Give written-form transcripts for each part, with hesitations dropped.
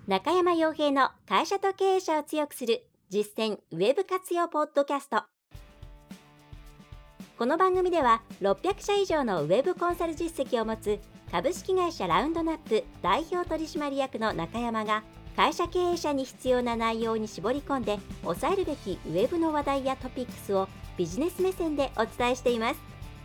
中山洋平の会社と経営者を強くする実践ウェブ活用ポッドキャスト。この番組では600社以上のウェブコンサル実績を持つ株式会社ラウンドナップ代表取締役の中山が会社経営者に必要な内容に絞り込んで押さえるべきウェブの話題やトピックスをビジネス目線でお伝えしています。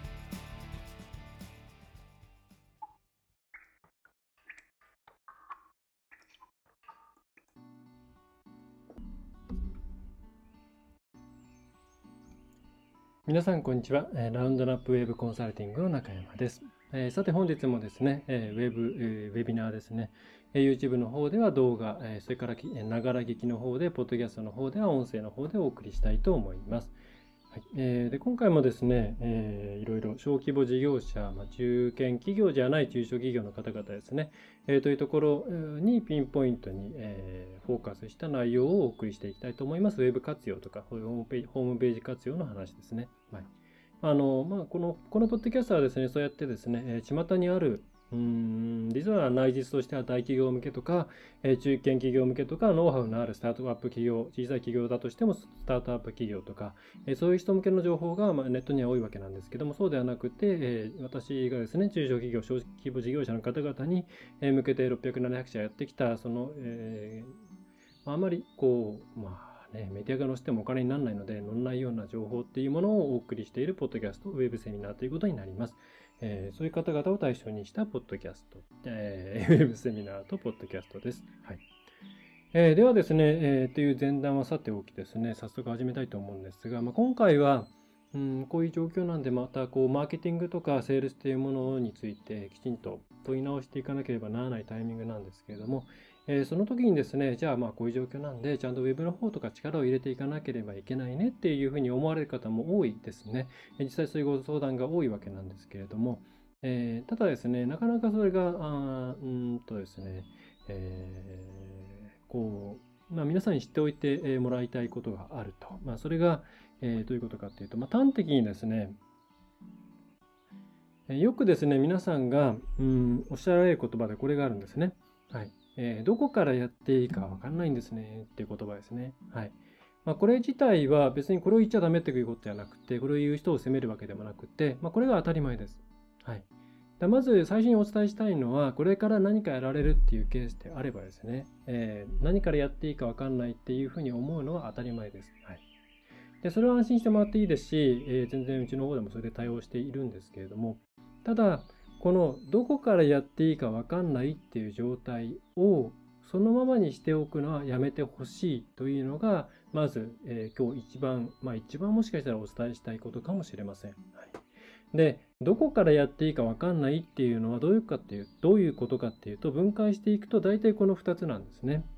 皆さんこんにちは。ラウンドナップウェブコンサルティングの中山です。さて本日もですね、ウェビナーですね、YouTube の方では動画、それからながら聞きの方で、ポッドキャストの方では音声の方でお送りしたいと思います。で今回もですね、いろいろ小規模事業者、中堅企業じゃない中小企業の方々ですね、というところにピンポイントに、フォーカスした内容をお送りしていきたいと思います。ウェブ活用とかホームページ活用の話ですね。このポッドキャストはですね、そうやってですね、巷にある実は内実としては大企業向けとか、中堅企業向けとか、ノウハウのあるスタートアップ企業、小さい企業だとしてもスタートアップ企業とか、そういう人向けの情報がネットには多いわけなんですけども、そうではなくて、私がですね、中小企業、小規模事業者の方々に向けて600、700社やってきた、あまりメディアが載せてもお金にならないので、載らないような情報っていうものをお送りしているポッドキャスト、ウェブセミナーということになります。そういう方々を対象にしたポッドキャスト、ウェブセミナーとポッドキャストです。ではですね、という前段はさておきですね、早速始めたいと思うんですが、今回は、こういう状況なんで、またマーケティングとかセールスというものについてきちんと問い直していかなければならないタイミングなんですけれども、その時にですね、じゃあこういう状況なんで、ちゃんとウェブの方とか力を入れていかなければいけないねっていうふうに思われる方も多いですね。実際そういうご相談が多いわけなんですけれども、ただですね、なかなかそれが、ですね、皆さんに知っておいてもらいたいことがあると。それが、どういうことかというと、端的にですね、よくですね、皆さんがおっしゃられる言葉でこれがあるんですね。どこからやっていいかわかんないんですねっていう言葉ですね。これ自体は別にこれを言っちゃダメっていうことじゃなくて、これを言う人を責めるわけでもなくて、これが当たり前です。まず最初にお伝えしたいのは、これから何かやられるっていうケースであればですね、何からやっていいかわかんないっていうふうに思うのは当たり前です。でそれは安心してもらっていいですし、全然うちの方でもそれで対応しているんですけれども、ただこのどこからやっていいか分かんないっていう状態をそのままにしておくのはやめてほしいというのがまず、今日一番もしかしたらお伝えしたいことかもしれません。でどこからやっていいか分かんないっていうのはどういうことかっていうと、分解していくと大体この2つなんですね。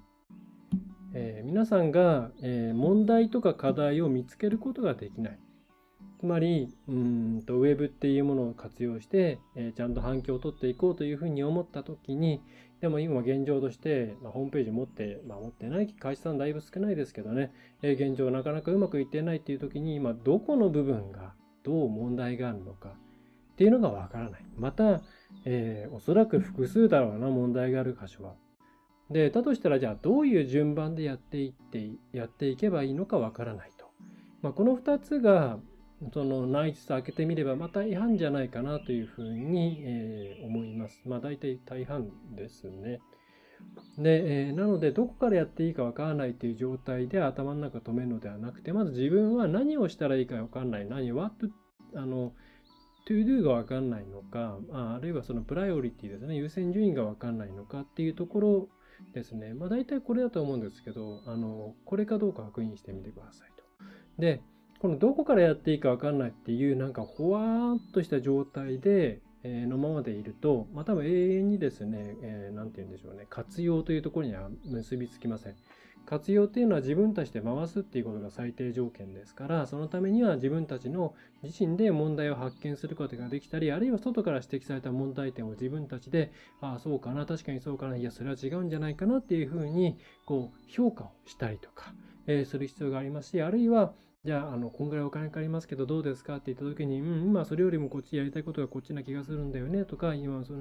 皆さんが、問題とか課題を見つけることができない。つまりウェブっていうものを活用して、ちゃんと反響を取っていこうというふうに思った時に、でも今現状として、ホームページ持ってない会社さんだいぶ少ないですけどね、現状なかなかうまくいってないっていう時に今どこの部分がどう問題があるのかっていうのがわからない。また、おそらく複数だろうな、問題がある箇所は。で、だとしたらじゃあどういう順番でやっていけばいいのかわからないと。この2つがその内実を開けてみれば大半じゃないかなというふうに、思います。大半ですね。で、なのでどこからやっていいかわからないという状態で頭の中止めるのではなくて、まず自分は何をしたらいいかわからない、トゥードゥがわかんないのか、あるいはそのプライオリティですね、優先順位がわかんないのかっていうところですね。大体これだと思うんですけど、これかどうか確認してみてくださいと。で、このどこからやっていいかわかんないっていうほわーっとした状態で、のままでいると、多分永遠にですね、なんて言うんでしょうね、活用というところには結びつきません。活用っていうのは自分たちで回すっていうことが最低条件ですから、そのためには自分たちの自身で問題を発見することができたり、あるいは外から指摘された問題点を自分たちで、そうかな、確かにそうかな、いや、それは違うんじゃないかなっていうふうに、評価をしたりとか、する必要がありますし、あるいは、じゃあ、こんぐらいお金かかりますけどどうですかって言った時に、今それよりもこっちやりたいことがこっちな気がするんだよねとか、今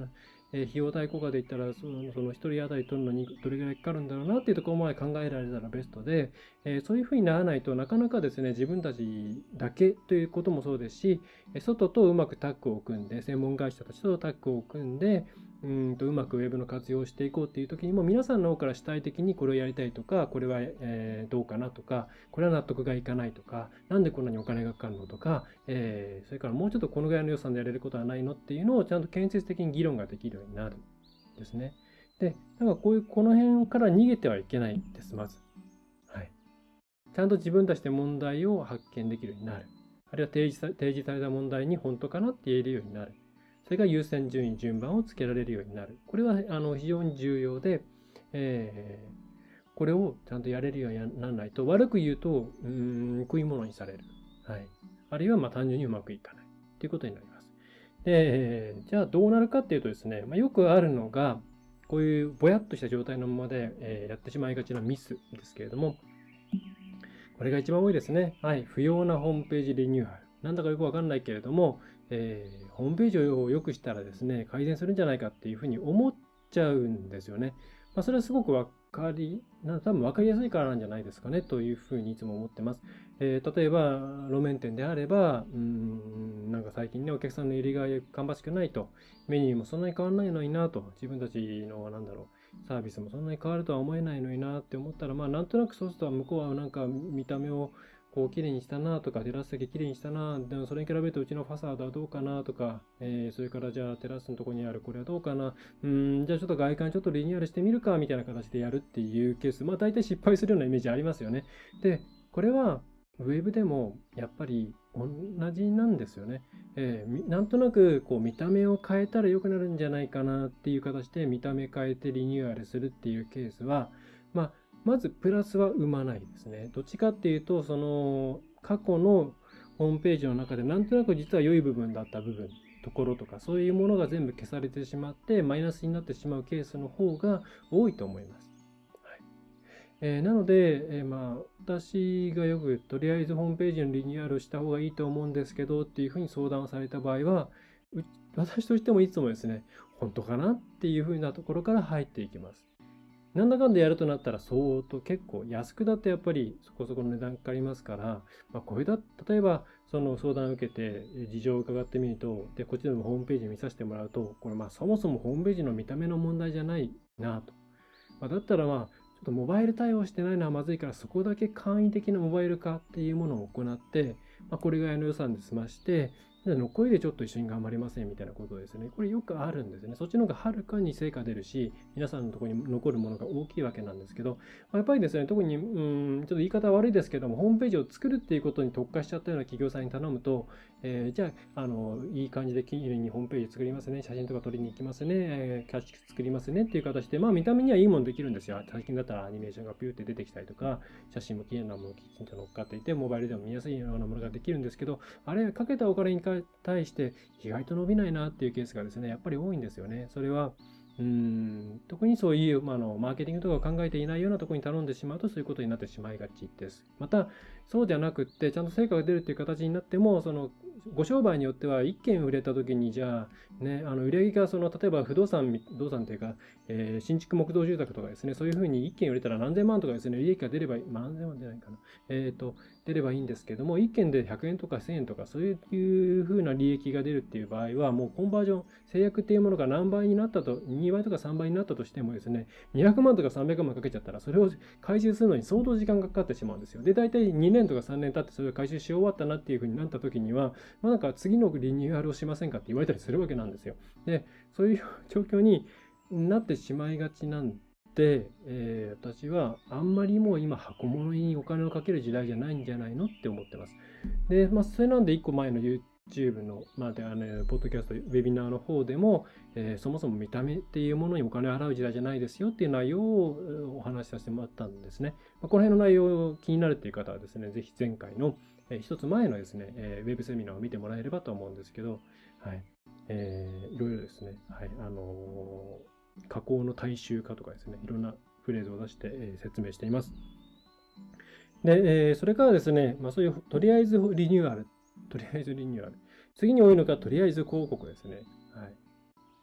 費用対効果で言ったらその1人当たり取るのにどれぐらいかかるんだろうなっていうところまで考えられたらベストで、そういうふうにならないとなかなかですね、自分たちだけということもそうですし、外とうまくタッグを組んで、専門会社たちとタッグを組んで、うまくウェブの活用をしていこうっていう時にも、皆さんの方から主体的にこれをやりたいとか、これはどうかなとか、これは納得がいかないとか、なんでこんなにお金がかかるのとか、それからもうちょっとこのぐらいの予算でやれることはないのっていうのをちゃんと建設的に議論ができるようになるんですね。で、だからこの辺から逃げてはいけないんです、まず。はい。ちゃんと自分たちで問題を発見できるようになる。あるいは提示された問題に本当かなって言えるようになる。それが優先順位、順番をつけられるようになる。これは非常に重要で、これをちゃんとやれるようにならないと、悪く言うと、食い物にされる。はい。あるいは単純にうまくいかないということになります。で、じゃあどうなるかっていうとですね、よくあるのが、こういうぼやっとした状態のままで、やってしまいがちなミスですけれども、これが一番多いですね。はい。不要なホームページリニューアル。なんだかよくわかんないけれども、ホームページを良くしたらですね、改善するんじゃないかっていうふうに思っちゃうんですよね。それはすごく多分分かりやすいからなんじゃないですかねというふうにいつも思ってます。例えば、路面店であれば、なんか最近ね、お客さんの入りが芳しくないと、メニューもそんなに変わらないのになと、自分たちの、サービスもそんなに変わるとは思えないのになって思ったら、なんとなくそうすると向こうはなんか見た目をこう綺麗にしたなとか、テラス席綺麗にしたな、でもそれに比べるとうちのファサードはどうかなとか、それからじゃあテラスのところにあるこれはどうかな、じゃあちょっと外観ちょっとリニューアルしてみるかみたいな形でやるっていうケース、大体失敗するようなイメージありますよね。で、これはウェブでもやっぱり同じなんですよね。なんとなくこう見た目を変えたら良くなるんじゃないかなっていう形で見た目変えてリニューアルするっていうケースは、まずプラスは生まないですね。どっちかっていうと、その過去のホームページの中でなんとなく実は良い部分だったところとか、そういうものが全部消されてしまって、マイナスになってしまうケースの方が多いと思います。なので、私がよくとりあえずホームページのリニューアルした方がいいと思うんですけどっていうふうに相談をされた場合は、私としてもいつもですね、本当かなっていうふうなところから入っていきます。なんだかんだやるとなったら相当結構安くだってやっぱりそこそこの値段かかりますから、例えばその相談を受けて事情を伺ってみると、で、こっちでもホームページ見させてもらうと、これそもそもホームページの見た目の問題じゃないなと。だったらちょっとモバイル対応してないのはまずいから、そこだけ簡易的なモバイル化っていうものを行って、これぐらいの予算で済まして、残りでちょっと一緒に頑張りませんみたいなことですね。これよくあるんですね。そっちの方がはるかに成果出るし、皆さんのところに残るものが大きいわけなんですけど、やっぱりですね、特に、ちょっと言い方悪いですけども、ホームページを作るっていうことに特化しちゃったような企業さんに頼むと、じゃあ、いい感じで綺麗にホームページ作りますね、写真とか撮りに行きますね、キャッシュ作りますねっていう形で、見た目にはいいものできるんですよ。最近だったらアニメーションがピューって出てきたりとか、写真も綺麗なものをきちんと乗っかっていて、モバイルでも見やすいようなものができるんですけど、あれ、かけたお金に対して意外と伸びないなっていうケースがですね、やっぱり多いんですよね。それは、特にそういう、マーケティングとかを考えていないようなところに頼んでしまうとそういうことになってしまいがちです。また、そうじゃなくって、ちゃんと成果が出るっていう形になっても、そのご商売によっては1件売れた時に、じゃあ、ね、売り上げが例えば不動産というか、新築木造住宅とかですね、そういうふうに1件売れたら何千万とかですね、利益が出れば、何千万出ないかな。出ればいいんですけども、1件で100円とか1000円とか、そういうふうな利益が出るっていう場合は、もうコンバージョン、制約っていうものが何倍になったと、2倍とか3倍になったとしてもですね、200万とか300万かけちゃったら、それを回収するのに相当時間がかかってしまうんですよ。で、大体2年とか3年経ってそれを回収し終わったなっていうふうになった時には、なんか次のリニューアルをしませんかって言われたりするわけなんですよ。で、そういう状況になってしまいがちなんで、私はあんまりもう今箱物にお金をかける時代じゃないんじゃないのって思ってます。で、それなんで1個前の YouTube の、ポッドキャスト、ウェビナーの方でも、そもそも見た目っていうものにお金を払う時代じゃないですよっていう内容をお話しさせてもらったんですね。この辺の内容気になるっていう方はですね、ぜひ前回の一つ前のですね、ウェブセミナーを見てもらえればと思うんですけど、はい。いろいろですね、はい。加工の大衆化とかですね、いろんなフレーズを出して、説明しています。で、それからですね、そういうとりあえずリニューアル。次に多いのがとりあえず広告ですね。はい。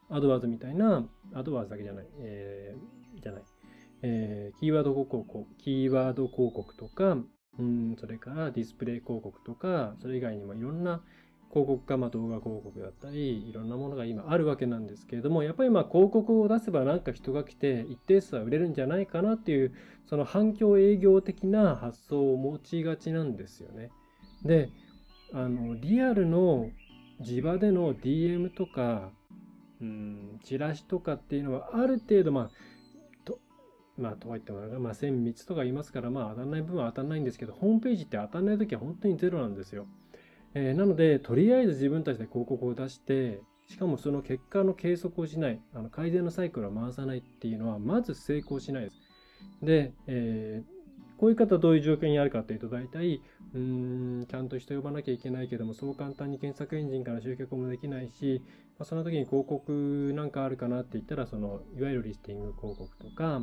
アドワーズみたいな、アドワーズだけじゃない、キーワード広告とか、それからディスプレイ広告とか、それ以外にもいろんな広告か、動画広告だったり、いろんなものが今あるわけなんですけれども、やっぱり広告を出せばなんか人が来て一定数は売れるんじゃないかなっていう、その反響営業的な発想を持ちがちなんですよね。で、リアルの地場での DM とか、チラシとかっていうのはある程度、とはいっても、千密とか言いますから、当たらない部分は当たらないんですけど、ホームページって当たらないときは本当にゼロなんですよ。なので、とりあえず自分たちで広告を出して、しかもその結果の計測をしない、改善のサイクルを回さないっていうのは、まず成功しないです。で、こういう方はどういう状況にあるかというと、大体、ちゃんと人呼ばなきゃいけないけども、そう簡単に検索エンジンから集客もできないし、その時に広告なんかあるかなって言ったら、いわゆるリスティング広告とか、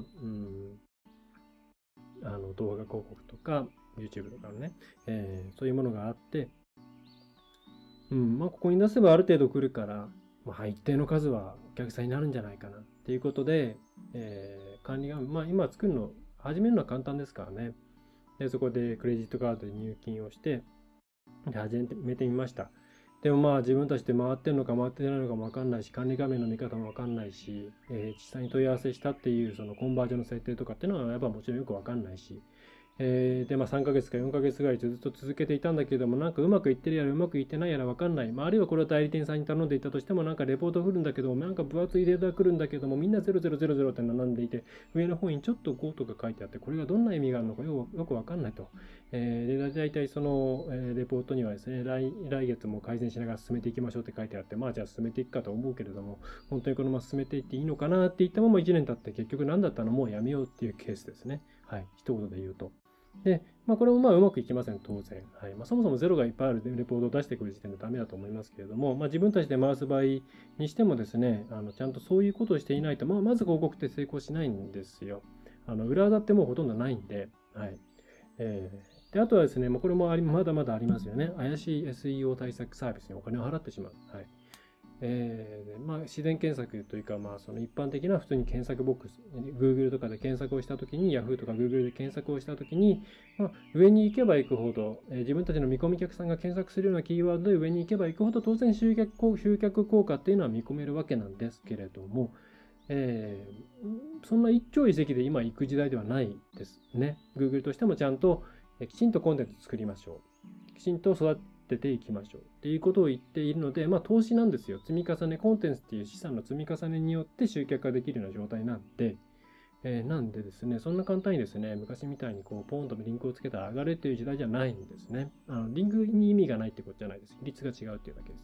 動画広告とか、YouTube とかのね、そういうものがあって、ここに出せばある程度来るから、一定の数はお客さんになるんじゃないかなっていうことで、管理が、今作るの、始めるのは簡単ですからね。で、そこでクレジットカードで入金をして、始めてみました。でも自分たちで回ってるのか回ってないのかも分かんないし、管理画面の見方も分かんないし、実際に問い合わせしたっていうそのコンバージョンの設定とかっていうのはやっぱもちろんよく分かんないし、で、3ヶ月か4ヶ月ぐらいずっと続けていたんだけれども、なんかうまくいってるやらうまくいってないやら分かんない。あるいはこれは代理店さんに頼んでいたとしても、なんかレポート来るんだけど、なんか分厚いデータ来るんだけども、みんな0000って並んでいて、上の方にちょっと5とか書いてあって、これがどんな意味があるのかよく分かんないと。で、大体その、レポートにはですね、来月も改善しながら進めていきましょうって書いてあって、じゃあ進めていくかと思うけれども、本当にこのまま進めていっていいのかなって言ったまま1年経って結局何だったのもうやめようっていうケースですね。はい。一言で言うと。で、これもうまくいきません、当然。はい。そもそもゼロがいっぱいあるレポートを出してくる時点でダメだと思いますけれども、自分たちで回す場合にしてもですね、ちゃんとそういうことをしていないと、まず広告って成功しないんですよ。裏技ってもうほとんどないんで、はい。で、あとはですね、これもまだまだありますよね。怪しい SEO 対策サービスにお金を払ってしまう。はい。自然検索というか、その一般的な普通に検索ボックス、Google とかで検索をしたときに、Yahoo とか Google で検索をしたときに、上に行けば行くほど、自分たちの見込み客さんが検索するようなキーワードで上に行けば行くほど、当然集客効果っていうのは見込めるわけなんですけれども、そんな一朝一夕で今行く時代ではないですね。Google としてもちゃんときちんとコンテンツ作りましょう。きちんと育てていきましょうっていうことを言っているので、投資なんですよ。積み重ね、コンテンツっていう資産の積み重ねによって集客ができるような状態なんで、なんでですね、そんな簡単にですね、昔みたいにポーンとリンクをつけたら上がるっていう時代じゃないんですね。リンクに意味がないってことじゃないです。比率が違うっていうだけです。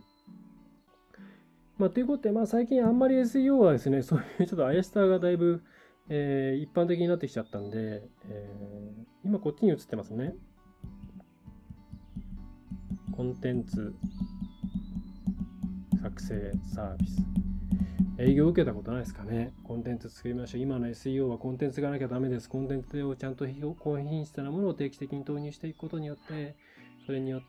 ということで、最近あんまり SEO はですね、そういうちょっと怪しさがだいぶ、一般的になってきちゃったんで、今こっちに移ってますね。コンテンツ作成サービス。営業受けたことないですかね。コンテンツ作りましょう。今の SEO はコンテンツがなきゃダメです。コンテンツをちゃんと高品質なものを定期的に投入していくことによって、それによって、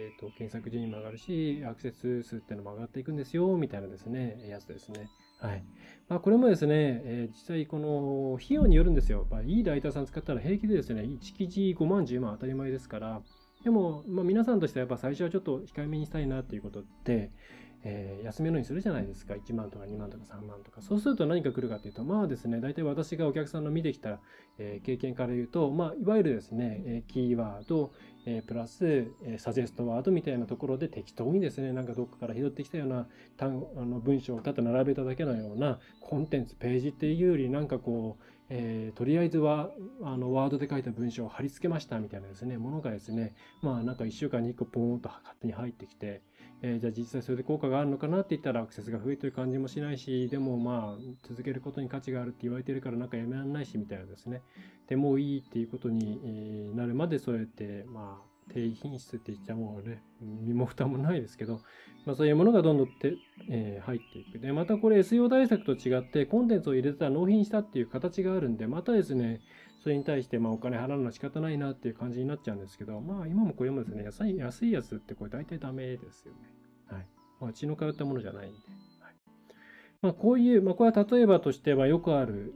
検索順位も上がるし、アクセス数っていうのも上がっていくんですよ、みたいなですね、やつですね。はい。これもですね、実際この費用によるんですよ。いいライターさん使ったら平気でですね、1記事5万、10万当たり前ですから、でも、皆さんとしてはやっぱ最初はちょっと控えめにしたいなっていうことで、安めのにするじゃないですか。1万とか2万とか3万とか。そうすると何か来るかというと、ですね、大体私がお客さんの見てきた、経験から言うと、いわゆるですね、キーワード、プラス、サジェストワードみたいなところで適当にですね、なんかどっかから拾ってきたような文章をただ並べただけのようなコンテンツ、ページっていうより、なんかとりあえずはワードで書いた文章を貼り付けましたみたいなですね、ものがですね、なんか1週間に1個ポーンと勝手に入ってきて、じゃあ実際それで効果があるのかなって言ったらアクセスが増えてる感じもしないし、でも続けることに価値があるって言われてるからなんかやめられないしみたいなですね。でもういいっていうことになるまでそうやって低品質って言っちゃもうね、身も蓋もないですけど、そういうものがどんどん入っていく。で、またこれ SEO 対策と違ってコンテンツを入れてたら納品したっていう形があるんで、またですね、それに対してお金払うのは仕方ないなっていう感じになっちゃうんですけど、今もこれもですね、安いやつってこれ大体ダメですよね。はい。 血の通ったものじゃないんで。こういう、これは例えばとしてはよくある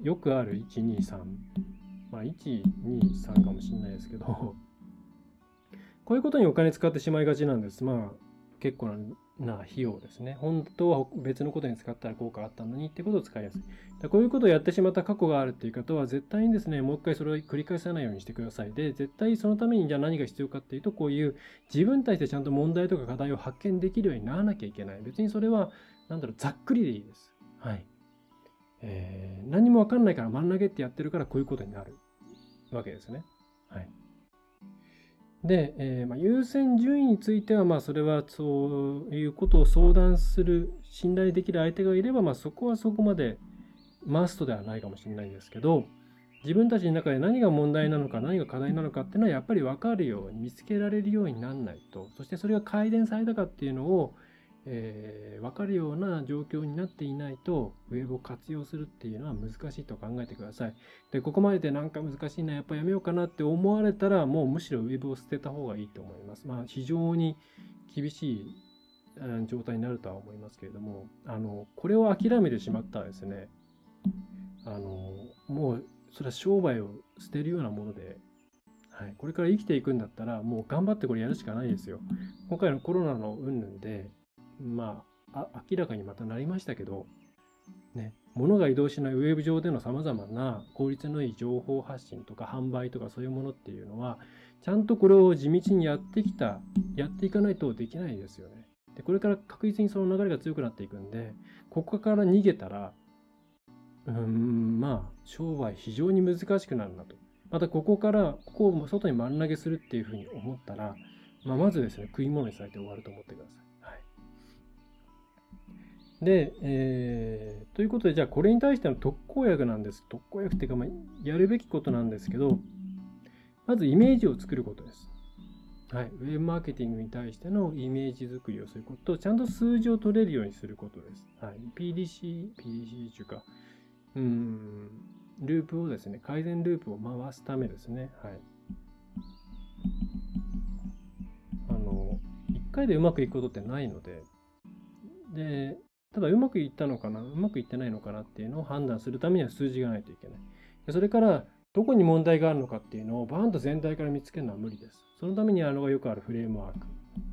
1、2、3。1、2、3かもしれないですけど、こういうことにお金使ってしまいがちなんです。結構な費用ですね。本当は別のことに使ったら効果あったのにっていうことを使いやすい。こういうことをやってしまった過去があるっていう方は、絶対にですね、もう一回それを繰り返さないようにしてください。で、絶対そのためにじゃあ何が必要かっていうと、こういう自分たちでちゃんと問題とか課題を発見できるようにならなきゃいけない。別にそれは、ざっくりでいいです。はい。何もわかんないから真ん投げってやってるからこういうことになるわけですね。はい。で、優先順位については、それはそういうことを相談する信頼できる相手がいれば、そこはそこまでマストではないかもしれないんですけど、自分たちの中で何が問題なのか、何が課題なのかっていうのはやっぱり分かるように、見つけられるようにならないと、そしてそれが改善されたかっていうのを、分かるような状況になっていないと、ウェブを活用するっていうのは難しいと考えてください。で、ここまででなんか難しいな、やっぱやめようかなって思われたら、もうむしろウェブを捨てた方がいいと思います。非常に厳しい状態になるとは思いますけれども、これを諦めてしまったらですね、もうそれは商売を捨てるようなもので、はい、これから生きていくんだったら、もう頑張ってこれやるしかないですよ。今回のコロナの云々で、明らかにまたなりましたけど、物が移動しないウェブ上でのさまざまな効率のいい情報発信とか販売とかそういうものっていうのは、ちゃんとこれを地道にやっていかないとできないですよね。で、これから確実にその流れが強くなっていくんで、ここから逃げたら、商売非常に難しくなるなと。またここを外に丸投げするっていうふうに思ったら、まずですね、食い物にされて終わると思ってください。で、ということで、じゃあこれに対しての特効薬なんです。特効薬っていうか、やるべきことなんですけど、まずイメージを作ることです。はい。ウェブマーケティングに対してのイメージ作りをすることと、ちゃんと数字を取れるようにすることです。はい。PDC というか、ループをですね、改善ループを回すためですね。はい。一回でうまくいくことってないので、ただうまくいったのかな、うまくいってないのかなっていうのを判断するためには数字がないといけない。それから、どこに問題があるのかっていうのをバーンと全体から見つけるのは無理です。そのためによくあるフレームワーク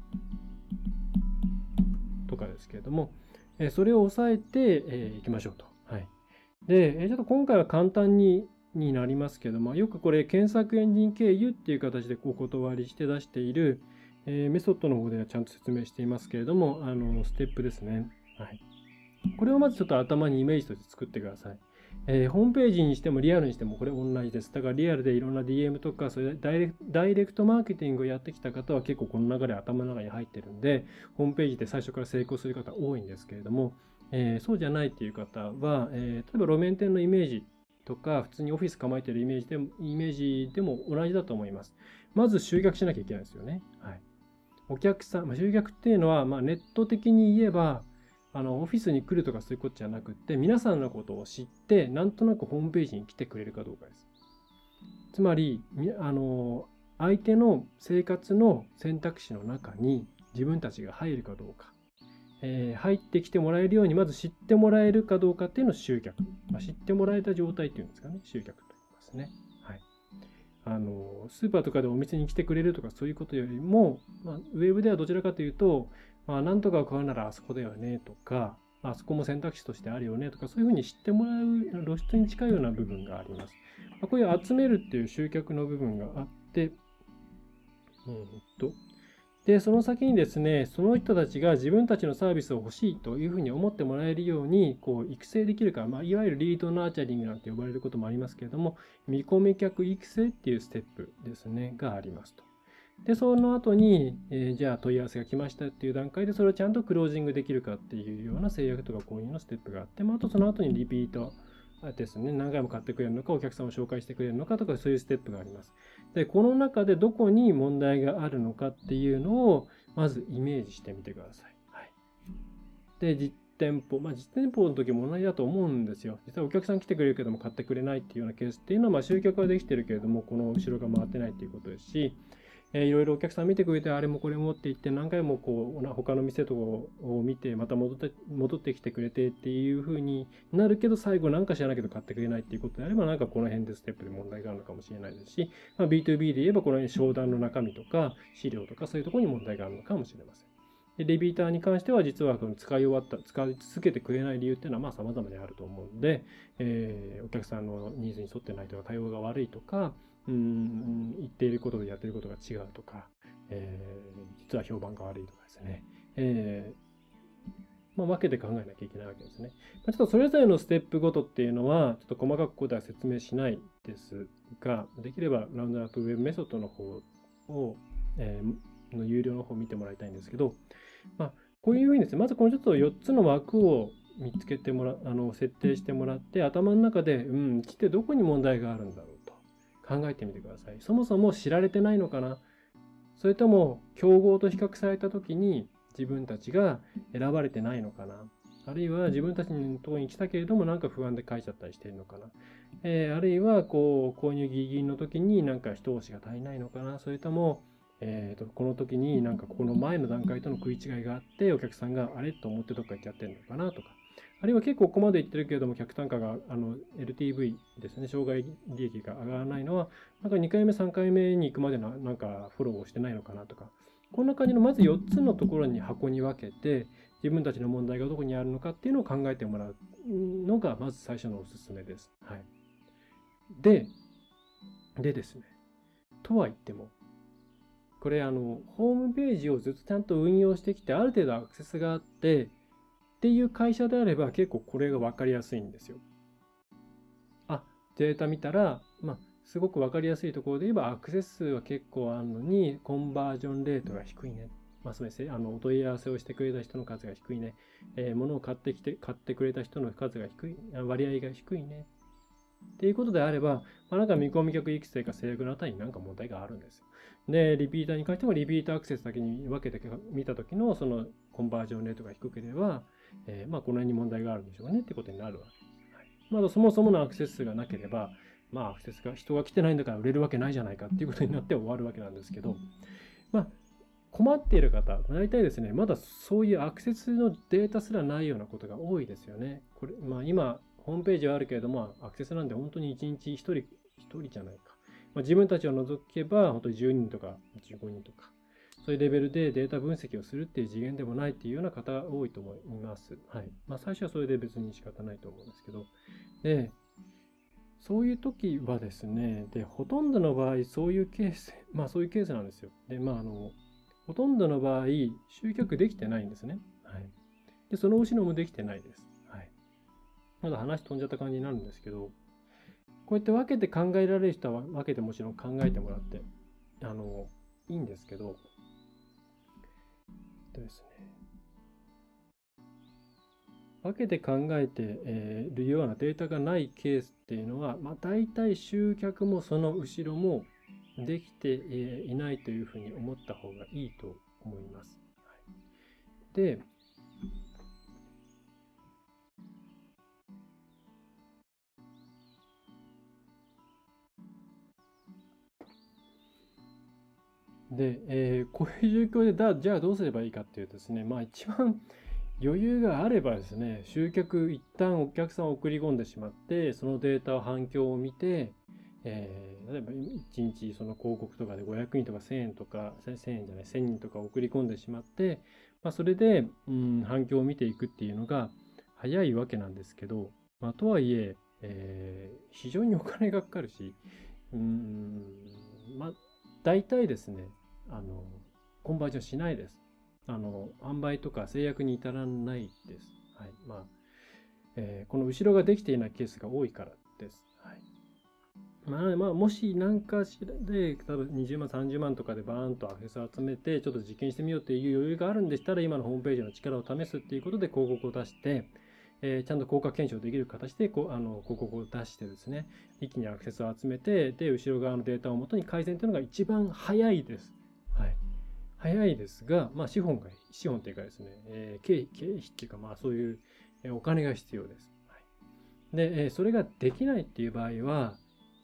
とかですけれども、それを抑えていきましょうと。はい。で、ちょっと今回は簡単になりますけども、よくこれ検索エンジン経由っていう形でお断りして出している、メソッドの方ではちゃんと説明していますけれども、ステップですね。はい。これをまずちょっと頭にイメージとして作ってください。ホームページにしてもリアルにしてもこれ同じです。だからリアルでいろんな DM とかそういうダイレクトマーケティングをやってきた方は結構この流れ頭の中に入ってるんで、ホームページで最初から成功する方多いんですけれども、そうじゃないっていう方は、例えば路面店のイメージとか普通にオフィス構えてるイメージでも同じだと思います。まず集客しなきゃいけないですよね。はい。お客さん、集客っていうのは、ネット的に言えば、オフィスに来るとかそういうことじゃなくって、皆さんのことを知って、なんとなくホームページに来てくれるかどうかです。つまり、相手の生活の選択肢の中に自分たちが入るかどうか、入ってきてもらえるように、まず知ってもらえるかどうかっていうのを集客。知ってもらえた状態っていうんですかね、集客と言いますね。はい。スーパーとかでお店に来てくれるとかそういうことよりも、ウェブではどちらかというと、なんとかを買うならあそこだよねとか、あそこも選択肢としてあるよねとか、そういうふうに知ってもらう露出に近いような部分があります。こういう集めるっていう集客の部分があって、で、その先にですね、その人たちが自分たちのサービスを欲しいというふうに思ってもらえるように、育成できるか、いわゆるリードナーチャリングなんて呼ばれることもありますけれども、見込み客育成っていうステップですね、がありますと。で、その後に、じゃあ問い合わせが来ましたっていう段階で、それをちゃんとクロージングできるかっていうような制約とか購入のステップがあって、あとその後にリピートですね、何回も買ってくれるのか、お客さんを紹介してくれるのかとか、そういうステップがあります。で、この中でどこに問題があるのかっていうのを、まずイメージしてみてください。はい。で、実店舗の時も同じだと思うんですよ。実際お客さん来てくれるけども買ってくれないっていうようなケースっていうのは、集客はできてるけれども、この後ろが回ってないっていうことですし、 いろいろお客さん見てくれて、あれもこれもって言って何回もこう他の店とかを見てまた戻ってきてくれてっていう風になるけど、最後なんか知らないけど買ってくれないっていうことであれば、なんかこの辺でステップで問題があるのかもしれないですし、B2B で言えばこの辺商談の中身とか資料とかそういうところに問題があるのかもしれません。でリピーターに関しては実は使い続けてくれない理由っていうのは様々にあると思うので、お客さんのニーズに沿ってないとか対応が悪いとか、言っていることとやっていることが違うとか、実は評判が悪いとかですね、分けて考えなきゃいけないわけですね。ちょっとそれぞれのステップごとっていうのは、ちょっと細かくここでは説明しないですが、できればラウンドアップウェブメソッドの方を、の有料の方を見てもらいたいんですけど、こういうふうにですね、まずこのちょっと4つの枠を見つけて設定してもらって、頭の中で、うちってどこに問題があるんだろうと考えてみてください。そもそも知られてないのかな、それとも競合と比較された時に自分たちが選ばれてないのかな、あるいは自分たちのところに来たけれどもなんか不安で書いちゃったりしているのかな、あるいは購入ギリギリの時になんか一押しが足りないのかな、それともこの時になんかこの前の段階との食い違いがあってお客さんがあれと思ってどっか行っちゃってるのかなとか、あるいは結構ここまで言ってるけれども客単価がLTV ですね、障害利益が上がらないのはなんか2回目3回目に行くまでのなんかフォローをしてないのかなとか、こんな感じのまず4つのところに箱に分けて自分たちの問題がどこにあるのかっていうのを考えてもらうのがまず最初のおすすめです。はい。でですね、とは言ってもこれホームページをずっとちゃんと運用してきてある程度アクセスがあってっていう会社であれば結構これが分かりやすいんですよ。データ見たらすごく分かりやすいところで言えばアクセス数は結構あるのにコンバージョンレートが低いね。つまりお問い合わせをしてくれた人の数が低いね。物を買ってくれた人の数が低い、割合が低いね。っていうことであれば、なんか見込み客育成か制約のあたりになんか問題があるんですよ。で、リピーターに関してもリピーターアクセスだけに分けて見たときのそのコンバージョンレートが低ければ、この辺に問題があるんでしょうねってことになるわけです。はい、そもそものアクセス数がなければ、アクセスが人が来てないんだから売れるわけないじゃないかっていうことになって終わるわけなんですけど、困っている方、大体ですね、まだそういうアクセスのデータすらないようなことが多いですよね。これ、今、ホームページはあるけれども、アクセスなんで本当に1日1人じゃないか。自分たちを除けば、本当に10人とか15人とか、そういうレベルでデータ分析をするっていう次元でもないっていうような方多いと思います。はい。最初はそれで別に仕方ないと思うんですけど。で、そういう時はですね、で、ほとんどの場合、そういうケースなんですよ。で、ほとんどの場合、集客できてないんですね。はい。で、その後ろもできてないです。はい。まだ話飛んじゃった感じになるんですけど、こうやって分けて考えられる人は分けてもちろん考えてもらって、いいんですけど、ですね。分けて考えているようなデータがないケースっていうのは、大体集客もその後ろもできていないというふうに思った方がいいと思います。はい、こういう状況でじゃあどうすればいいかっていうとですね、一番余裕があればですね、集客一旦お客さんを送り込んでしまって、そのデータ反響を見て、例えば1日その広告とかで500人とか1000円とか、1000円じゃない、1000人とか送り込んでしまって、それで、反響を見ていくっていうのが早いわけなんですけど、とはいえ非常にお金がかかるし、大体ですね、コンバージョンしないです。販売とか制約に至らないです。はい。この後ろができていないケースが多いからです。はい。もし何かしらで、多分20万、30万とかでバーンとアクセスを集めて、ちょっと実験してみようっていう余裕があるんでしたら、今のホームページの力を試すっていうことで広告を出して、ちゃんと効果検証できる形で広告を出してですね、一気にアクセスを集めて、で、後ろ側のデータをもとに改善というのが一番早いです。はい。早いですが、資本というかですね、経費っていうか、そういうお金が必要です。はい、で、それができないっていう場合は、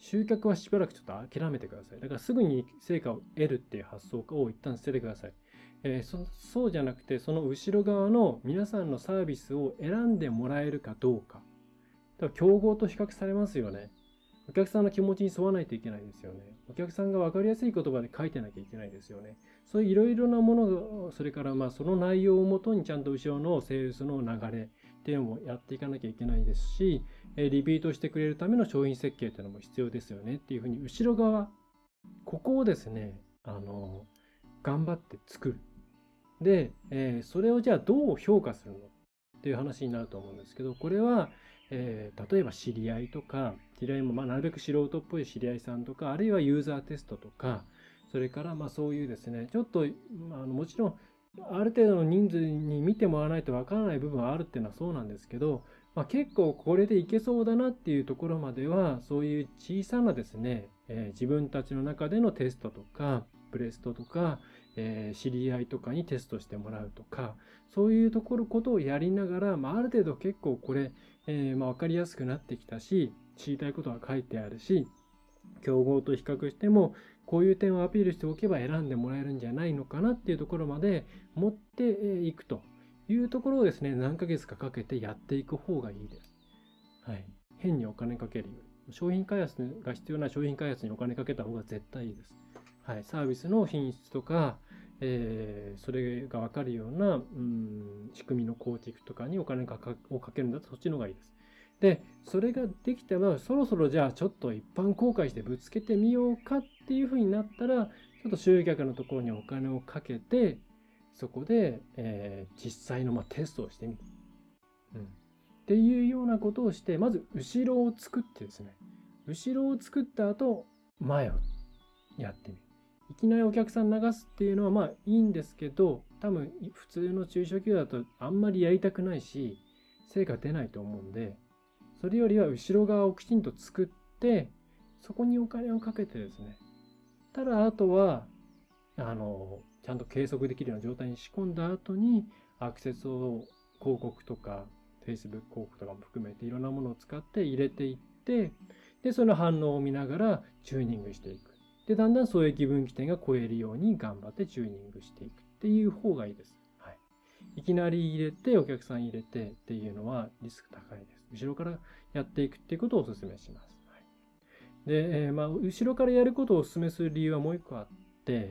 集客はしばらくちょっと諦めてください。だからすぐに成果を得るっていう発想を一旦捨ててください。そうじゃなくて、その後ろ側の皆さんのサービスを選んでもらえるかどうか。だから競合と比較されますよね。お客さんの気持ちに沿わないといけないですよね。お客さんが分かりやすい言葉で書いてなきゃいけないですよね。そういういろいろなものが、それからその内容をもとにちゃんと後ろのセールスの流れっていうのもやっていかなきゃいけないですし、リピートしてくれるための商品設計っていうのも必要ですよねっていうふうに、後ろ側、ここをですね、頑張って作る。で、それをじゃあどう評価するのっていう話になると思うんですけど、これは、例えば知り合いとか、知り合いもなるべく素人っぽい知り合いさんとか、あるいはユーザーテストとか、それからそういうですね、ちょっともちろんある程度の人数に見てもらわないとわからない部分はあるっていうのはそうなんですけど、結構これでいけそうだなっていうところまでは、そういう小さなですね、自分たちの中でのテストとか、ブレストとか、知り合いとかにテストしてもらうとか、そういうことをやりながら、ある程度結構これ、分かりやすくなってきたし、知りたいことは書いてあるし、競合と比較してもこういう点をアピールしておけば選んでもらえるんじゃないのかなっていうところまで持っていくというところをですね、何ヶ月かかけてやっていく方がいいです。はい。変にお金かけるより、商品開発が必要な商品開発にお金かけた方が絶対いいです。はい。サービスの品質とか、それが分かるような仕組みの構築とかにお金をかけるんだとそっちの方がいいです。で、それができたら、そろそろじゃあちょっと一般公開してぶつけてみようかっていうふうになったら、ちょっと集客のところにお金をかけて、そこで、実際のテストをしてみる。っていうようなことをして、まず後ろを作ってですね、後ろを作った後、前をやってみる。いきなりお客さん流すっていうのはいいんですけど、多分普通の中小企業だとあんまりやりたくないし、成果出ないと思うんで、それよりは後ろ側をきちんと作ってそこにお金をかけてですね、ただあとはちゃんと計測できるような状態に仕込んだ後にアクセスを広告とか Facebook 広告とかも含めていろんなものを使って入れていって、でその反応を見ながらチューニングしていく。でだんだん損益分岐点が超えるように頑張ってチューニングしていくっていう方がいいです。いきなり入れてお客さん入れてっていうのはリスク高いです。後ろからやっていくっていうことをお勧めします。で、後ろからやることをお勧めする理由はもう一個あって、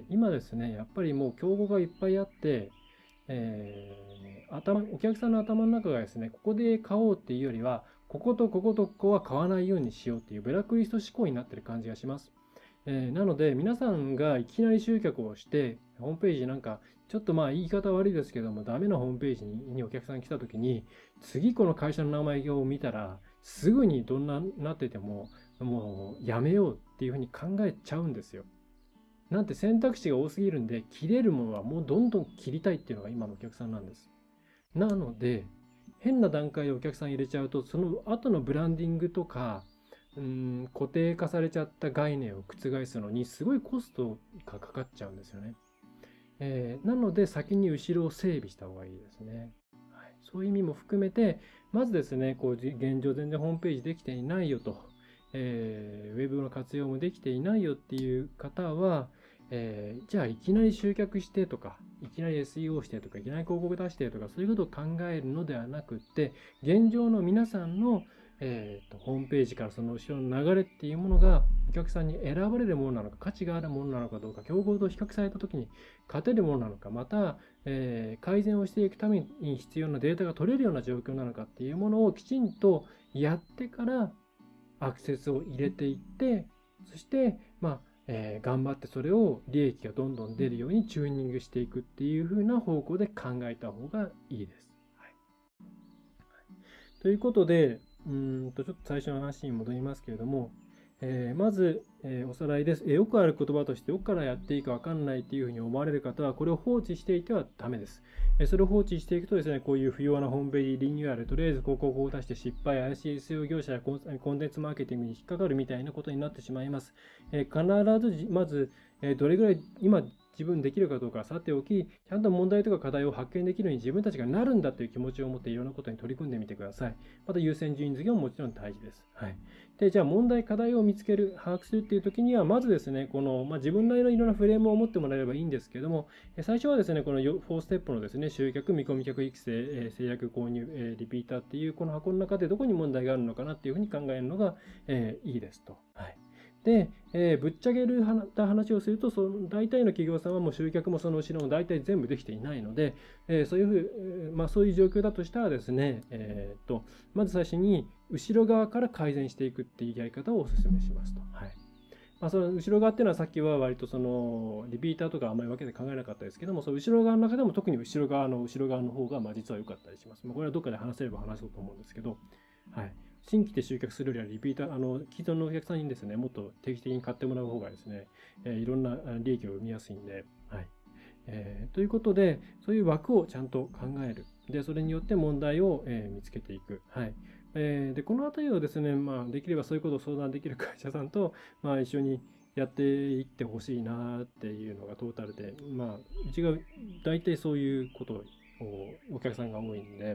今ですね、やっぱりもう競合がいっぱいあって、お客さんの頭の中がですね、ここで買おうっていうよりは、こことこことここは買わないようにしようっていうブラックリスト思考になってる感じがします。なので皆さんがいきなり集客をしてホームページなんかちょっと言い方悪いですけどもダメなホームページにお客さん来た時に次この会社の名前を見たらすぐにどんななっててももうやめようっていうふうに考えちゃうんですよ。なんて選択肢が多すぎるんで切れるものはもうどんどん切りたいっていうのが今のお客さんなんです。なので変な段階でお客さん入れちゃうとその後のブランディングとか固定化されちゃった概念を覆すのにすごいコストがかかっちゃうんですよね。なので先に後ろを整備した方がいいですね。そういう意味も含めてまずですね現状全然ホームページできていないよと、ウェブの活用もできていないよっていう方は、じゃあいきなり集客してとかいきなり SEO してとかいきなり広告出してとかそういうことを考えるのではなくって現状の皆さんのホームページからその後ろの流れっていうものがお客さんに選ばれるものなのか価値があるものなのかどうか競合と比較された時に勝てるものなのかまた、改善をしていくために必要なデータが取れるような状況なのかっていうものをきちんとやってからアクセスを入れていってそして頑張ってそれを利益がどんどん出るようにチューニングしていくっていう風な方向で考えた方がいいです。ということでちょっと最初の話に戻りますけれども、まず、おさらいです。よくある言葉としてどこからやっていいか分かんないっていうふうに思われる方はこれを放置していてはダメです。それを放置していくとですね、こういう不要なホームページリニューアル、とりあえず広告を出して失敗、怪しい SEO 業者やコンテンツマーケティングに引っかかるみたいなことになってしまいます。必ずまずどれぐらい今自分できるかどうかはさておき、ちゃんと問題とか課題を発見できるように自分たちがなるんだという気持ちを持っていろんなことに取り組んでみてください。また優先順位付けももちろん大事です。はい。で、じゃあ問題、課題を見つける、把握するっていう時には、まずですね、この、自分なりのいろんなフレームを持ってもらえればいいんですけども、最初はですね、この4ステップのですね、集客、見込み客育成、制約購入、リピーターっていうこの箱の中でどこに問題があるのかなっていうふうに考えるのが、いいですと。はい。で、ぶっちゃけた話をすると、大体の企業さんはもう集客もその後ろも大体全部できていないので、そういう状況だとしたらですね、まず最初に後ろ側から改善していくっていうやり方をお勧めしますと。はい。その後ろ側っていうのはさっきは割とそのリピーターとかあんまり分けて考えなかったですけども、その後ろ側の中でも特に後ろ側の方が実は良かったりします。これはどっかで話せれば話そうと思うんですけど、はい。新規で集客するよりはリピーター、既存のお客さんにですね、もっと定期的に買ってもらう方がですね、いろんな利益を生みやすいんで、はい。ということで、そういう枠をちゃんと考える。で、それによって問題を、見つけていく。はい。で、このあたりをですね、できればそういうことを相談できる会社さんと、一緒にやっていってほしいなっていうのがトータルで、うちが大体そういうことをお客さんが多いんで、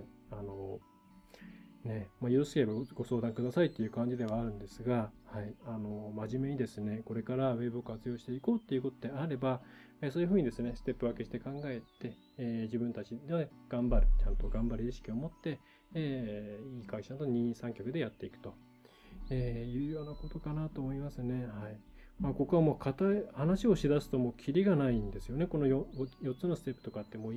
よろしければご相談くださいっていう感じではあるんですが、はい、真面目にですね、これからウェブを活用していこうっていうことであれば、そういうふうにですね、ステップ分けして考えて、自分たちで頑張る、ちゃんと頑張る意識を持って、いい会社と二人三脚でやっていくと、いうようなことかなと思いますね。はい。ここはもう話をしだすともうキリがないんですよね。この 4つのステップとかってもう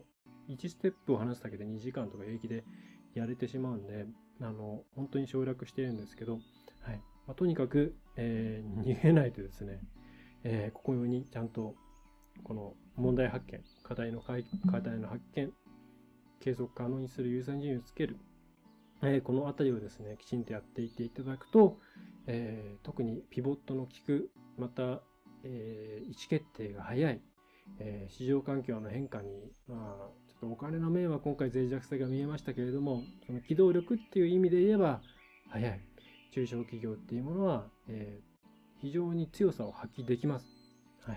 1ステップを話すだけで2時間とか平気でやれてしまうんで、本当に省略してるんですけど、はい。とにかく、逃げないでですね、ここにちゃんとこの問題発見、課題の発見、継続可能にする優先順位をつける、このあたりをですね、きちんとやっていっていただくと、特にピボットの効く、また、意思決定が早い、市場環境の変化に、ちょっとお金の面は今回脆弱性が見えましたけれども、その機動力っていう意味で言えば、早い。中小企業っていうものは、非常に強さを発揮できます。はい。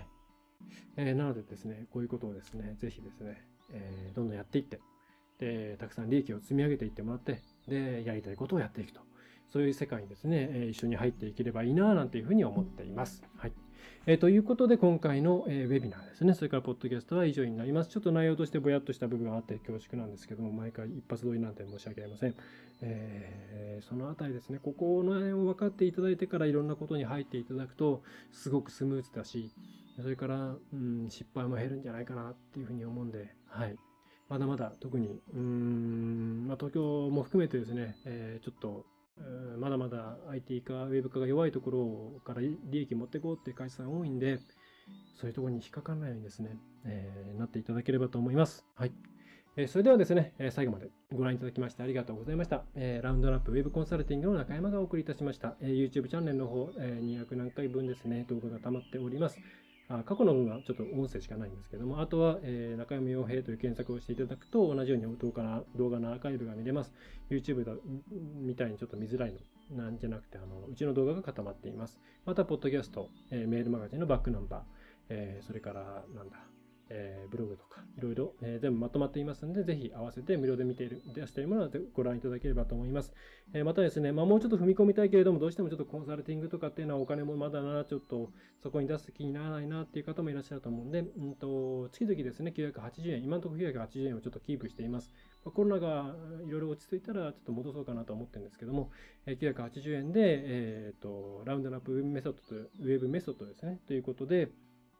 なのでですね、こういうことをですね、ぜひですね、どんどんやっていって、で、たくさん利益を積み上げていってもらって、で、やりたいことをやっていくと。そういう世界にですね、一緒に入っていければいいな、なんていうふうに思っています。はい。ということで、今回の、ウェビナーですね、それからポッドキャストは以上になります。ちょっと内容としてぼやっとした部分があって恐縮なんですけども、毎回一発撮りなんて申し訳ありません。そのあたりですね、ここの辺を分かっていただいてからいろんなことに入っていただくと、すごくスムーズだし、それから、失敗も減るんじゃないかなっていうふうに思うんで、はい。まだまだ特に、東京も含めてですね、ちょっと、まだまだ IT 化、ウェブ化が弱いところから利益持っていこうっていう会社さん多いんで、そういうところに引っかからないようにですね、なっていただければと思います。はい。それではですね、最後までご覧いただきましてありがとうございました。ラウンドラップウェブコンサルティングの中山がお送りいたしました。YouTube チャンネルの方、200何回分ですね、動画が溜まっております。過去の分はちょっと音声しかないんですけども、あとは、中山洋平という検索をしていただくと、同じように動画のアーカイブが見れます。YouTube みたいにちょっと見づらいのなんじゃなくて、うちの動画が固まっています。また、ポッドキャスト、メールマガジンのバックナンバー、それから、ブログとかいろいろ全部まとまっていますので、ぜひ合わせて無料で出しているものはご覧いただければと思います。またですね、もうちょっと踏み込みたいけれども、どうしてもちょっとコンサルティングとかっていうのはお金もまだな、ちょっとそこに出す気にならないなっていう方もいらっしゃると思うんで、月々ですね、980円、今のところ980円をちょっとキープしています。コロナがいろいろ落ち着いたらちょっと戻そうかなと思ってるんですけども、980円で、ラウンドナップウェブメソッドですね、ということで、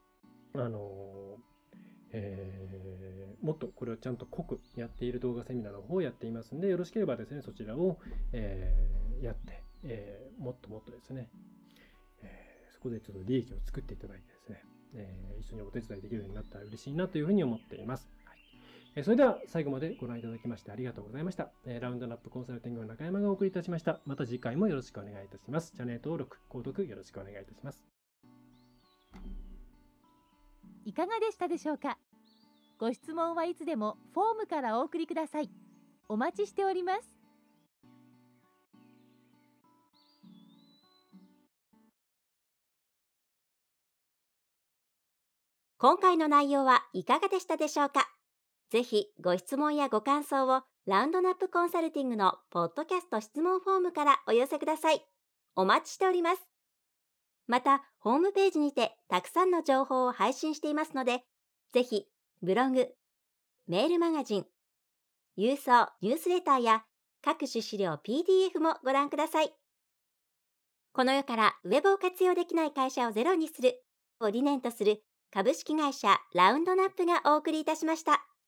もっとこれをちゃんと濃くやっている動画セミナーの方をやっていますので、よろしければですね、そちらを、やって、もっともっとですね、そこでちょっと利益を作っていただいてですね、一緒にお手伝いできるようになったら嬉しいなというふうに思っています。はい。それでは最後までご覧いただきましてありがとうございました。ラウンドナップコンサルティングの中山がお送りいたしました。また次回もよろしくお願いいたします。チャンネル登録、購読よろしくお願いいたします。 いかがでしたでしょうか。ご質問はいつでもフォームからお送りください。お待ちしております。 今回の内容はいかがでしたでしょうか。ぜひご質問やご感想をラウンドナップコンサルティングのポッドキャスト質問フォームからお寄せください。お待ちしております。また、ホームページにてたくさんの情報を配信していますので、ぜひブログ、メールマガジン、郵送ニュースレターや各種資料 PDF もご覧ください。この世からウェブを活用できない会社をゼロにするを理念とする株式会社ラウンドナップがお送りいたしました。